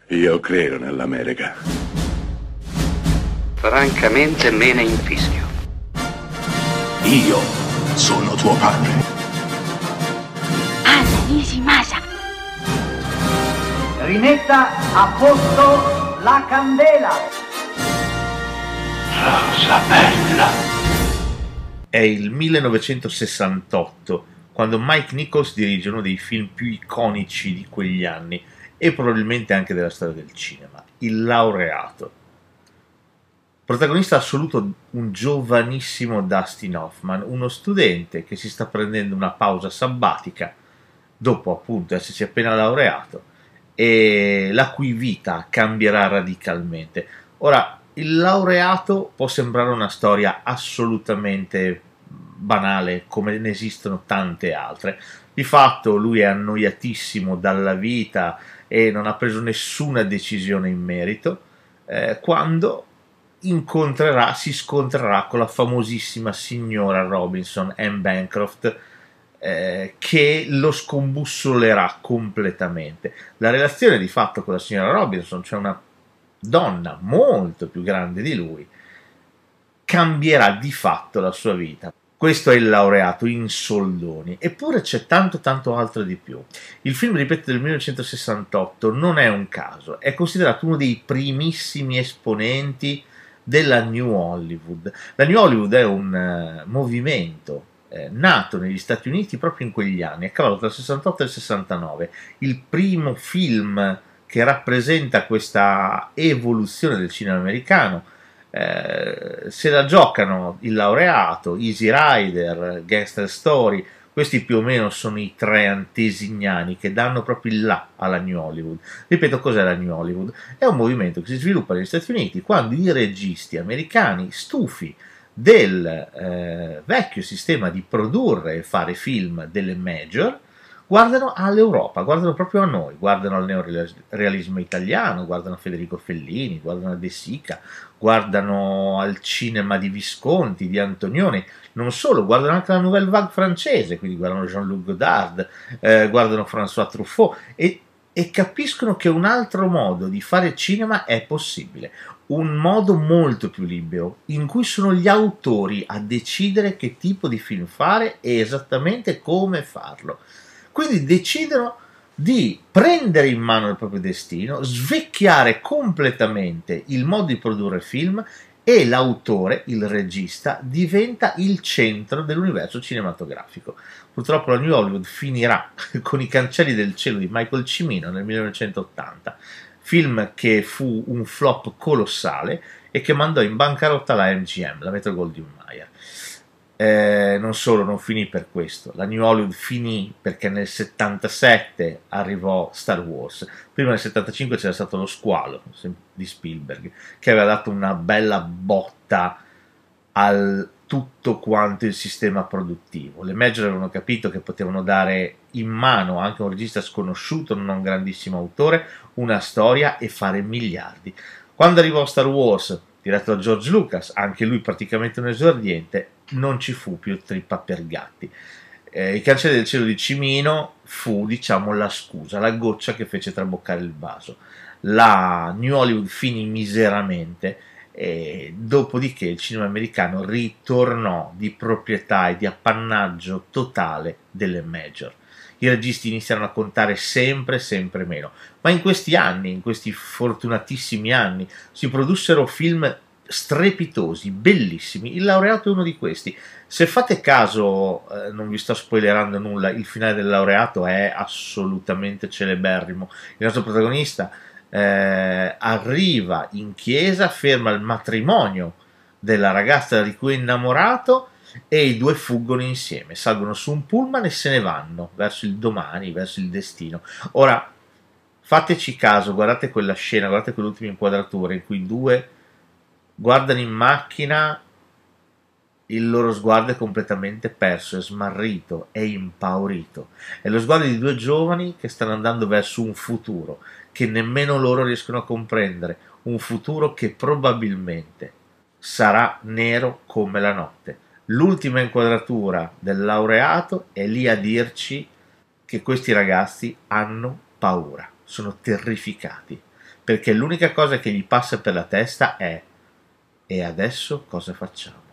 Io credo nell'America. Francamente me ne infischio. Io sono tuo padre. Anna Nishimasa. Rimetta a posto la candela. Rosa bella. È il 1968, quando Mike Nichols dirige uno dei film più iconici di quegli anni e probabilmente anche della storia del cinema, Il laureato. Protagonista assoluto un giovanissimo Dustin Hoffman, uno studente che si sta prendendo una pausa sabbatica dopo appunto essersi appena laureato e la cui vita cambierà radicalmente. Ora, Il laureato può sembrare una storia assolutamente banale, come ne esistono tante altre. Di fatto lui è annoiatissimo dalla vita e non ha preso nessuna decisione in merito, quando si scontrerà con la famosissima signora Robinson, Anne Bancroft, che lo scombussolerà completamente. La relazione di fatto con la signora Robinson, cioè una donna molto più grande di lui, cambierà di fatto la sua vita. Questo è Il laureato in soldoni, eppure c'è tanto altro di più. Il film, ripeto, del 1968 non è un caso, è considerato uno dei primissimi esponenti della New Hollywood. La New Hollywood è un movimento nato negli Stati Uniti proprio in quegli anni, a cavallo tra il 68 e il 69. Il primo film che rappresenta questa evoluzione del cinema americano. Se la giocano Il laureato, Easy Rider, Gangster Story. Questi più o meno sono i tre antesignani che danno proprio il là alla New Hollywood. Ripeto, cos'è la New Hollywood? È un movimento che si sviluppa negli Stati Uniti quando i registi americani, stufi del vecchio sistema di produrre e fare film delle major, guardano all'Europa, guardano proprio a noi, guardano al neorealismo italiano, guardano a Federico Fellini, guardano a De Sica, guardano al cinema di Visconti, di Antonioni, non solo, guardano anche la Nouvelle Vague francese, quindi guardano Jean-Luc Godard, guardano François Truffaut e capiscono che un altro modo di fare cinema è possibile, un modo molto più libero, in cui sono gli autori a decidere che tipo di film fare e esattamente come farlo. Quindi decidono di prendere in mano il proprio destino, svecchiare completamente il modo di produrre film e l'autore, il regista, diventa il centro dell'universo cinematografico. Purtroppo la New Hollywood finirà con I cancelli del cielo di Michael Cimino nel 1980, film che fu un flop colossale e che mandò in bancarotta la MGM, la Metro-Goldwyn-Mayer. Non solo, non finì per questo. La New Hollywood finì perché nel 77 arrivò Star Wars. Prima nel 75 c'era stato Lo squalo di Spielberg, che aveva dato una bella botta al tutto quanto il sistema produttivo. Le major avevano capito che potevano dare in mano anche a un regista sconosciuto, non un grandissimo autore, una storia e fare miliardi. Quando arrivò Star Wars, diretto da George Lucas, anche lui praticamente un esordiente, non ci fu più trippa per gatti. I cancelli del cielo di Cimino fu, diciamo, la scusa, la goccia che fece traboccare il vaso. La New Hollywood finì miseramente e dopodiché il cinema americano ritornò di proprietà e di appannaggio totale delle major. I registi iniziarono a contare sempre meno, ma in questi anni, in questi fortunatissimi anni, si produssero film strepitosi, bellissimi. Il laureato è uno di questi. Se fate caso, non vi sto spoilerando nulla, il finale del laureato è assolutamente celeberrimo. Il nostro protagonista arriva in chiesa, ferma il matrimonio della ragazza di cui è innamorato e i due fuggono insieme, salgono su un pullman e se ne vanno verso il domani, verso il destino. Ora, fateci caso, guardate quella scena, guardate quell'ultima inquadratura in cui i due guardano in macchina, il loro sguardo è completamente perso, è smarrito, è impaurito. È lo sguardo di due giovani che stanno andando verso un futuro che nemmeno loro riescono a comprendere, un futuro che probabilmente sarà nero come la notte. L'ultima inquadratura del laureato è lì a dirci che questi ragazzi hanno paura, sono terrificati, perché l'unica cosa che gli passa per la testa è: e adesso cosa facciamo?